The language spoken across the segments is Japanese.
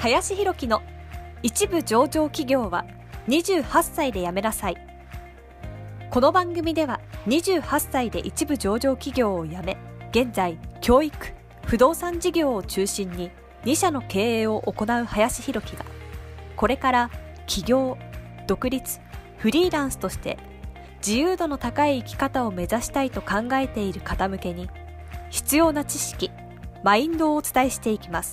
林弘樹の一部上場企業は28歳で辞めなさい。この番組では28歳で一部上場企業を辞め、現在教育、不動産事業を中心に2社の経営を行う林弘樹が、これから起業、独立、フリーランスとして自由度の高い生き方を目指したいと考えている方向けに、必要な知識、マインドをお伝えしていきます。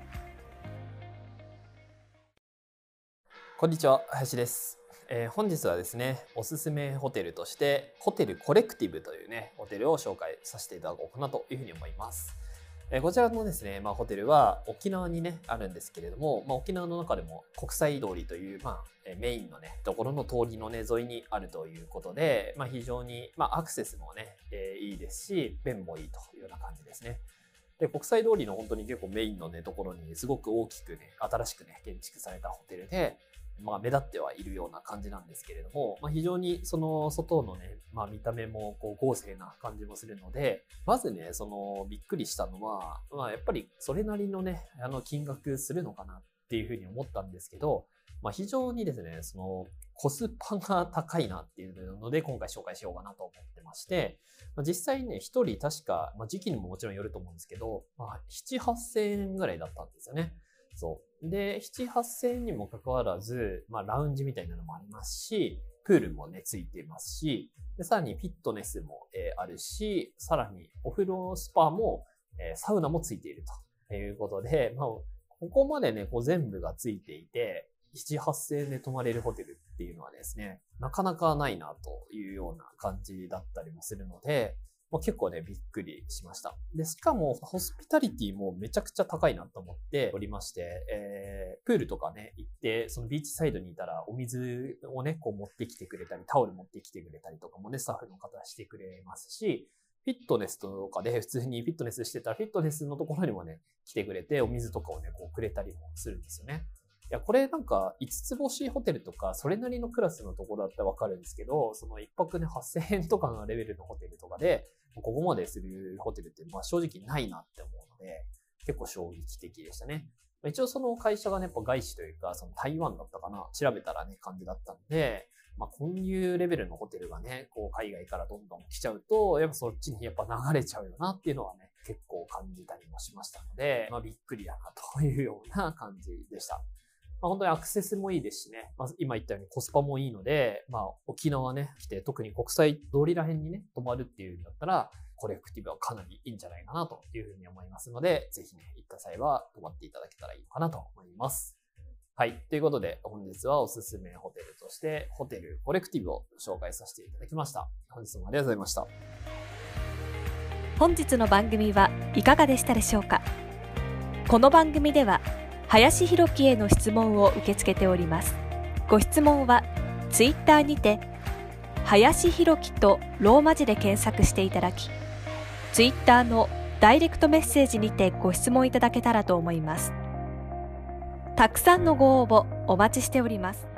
こんにちは、林です。本日はですね、おすすめホテルとしてホテルコレクティブというねホテルを紹介させていただこうかなというふうに思います。こちらのですね、ホテルは沖縄にねあるんですけれども、沖縄の中でも国際通りという、メインのねところの通りのね沿いにあるということで、非常に、アクセスもね、いいですし便もいいというような感じですね。で、国際通りの本当に結構メインのねところにすごく大きくね新しくね建築されたホテルで、目立ってはいるような感じなんですけれども、非常にその外のね、見た目もこう豪勢な感じもするので、まずね、びっくりしたのは、やっぱりそれなりのね、金額するのかなっていうふうに思ったんですけど、非常にですね、コスパが高いなっていうので、今回紹介しようかなと思ってまして、実際ね、一人確か、時期にももちろんよると思うんですけど、7、8000円ぐらいだったんですよね。そう。で、7、8000円にもかかわらず、ラウンジみたいなのもありますし、プールもね、ついていますし、でさらにフィットネスも、あるし、さらにお風呂スパも、サウナもついているということで、ここまでね、全部がついていて、7、8000円で泊まれるホテルっていうのはですね、なかなかないなというような感じだったりもするので、結構ね、びっくりしました。で、しかも、ホスピタリティもめちゃくちゃ高いなと思っておりまして、プールとかね、行って、そのビーチサイドにいたら、お水をね、持ってきてくれたり、タオル持ってきてくれたりとかもね、スタッフの方してくれますし、フィットネスとかで普通にフィットネスしてたら、フィットネスのところにもね、来てくれて、お水とかをね、くれたりもするんですよね。いや、これなんか5つ星ホテルとか、それなりのクラスのところだったらわかるんですけど、その1泊ね8000円とかのレベルのホテルとかで、ここまでするホテルって正直ないなって思うので、結構衝撃的でしたね。一応その会社がね、やっぱ外資というか、その台湾だったかな、調べたらね、感じだったんで、こういうレベルのホテルがね、海外からどんどん来ちゃうと、やっぱそっちにやっぱ流れちゃうよなっていうのはね、結構感じたりもしましたので、びっくりだなというような感じでした。本当にアクセスもいいですしね、今言ったようにコスパもいいので、沖縄ね、来て特に国際通りら辺にね、泊まるっていうんだったら、コレクティブはかなりいいんじゃないかなというふうに思いますので、ぜひね、行った際は泊まっていただけたらいいのかなと思います。はい。ということで、本日はおすすめホテルとして、ホテルコレクティブを紹介させていただきました。本日もありがとうございました。 本日の番組はいかがでしたでしょうか。この番組では、林弘樹への質問を受け付けております。ご質問はツイッターにて林弘樹とローマ字で検索していただき、ツイッターのダイレクトメッセージにてご質問いただけたらと思います。たくさんのご応募お待ちしております。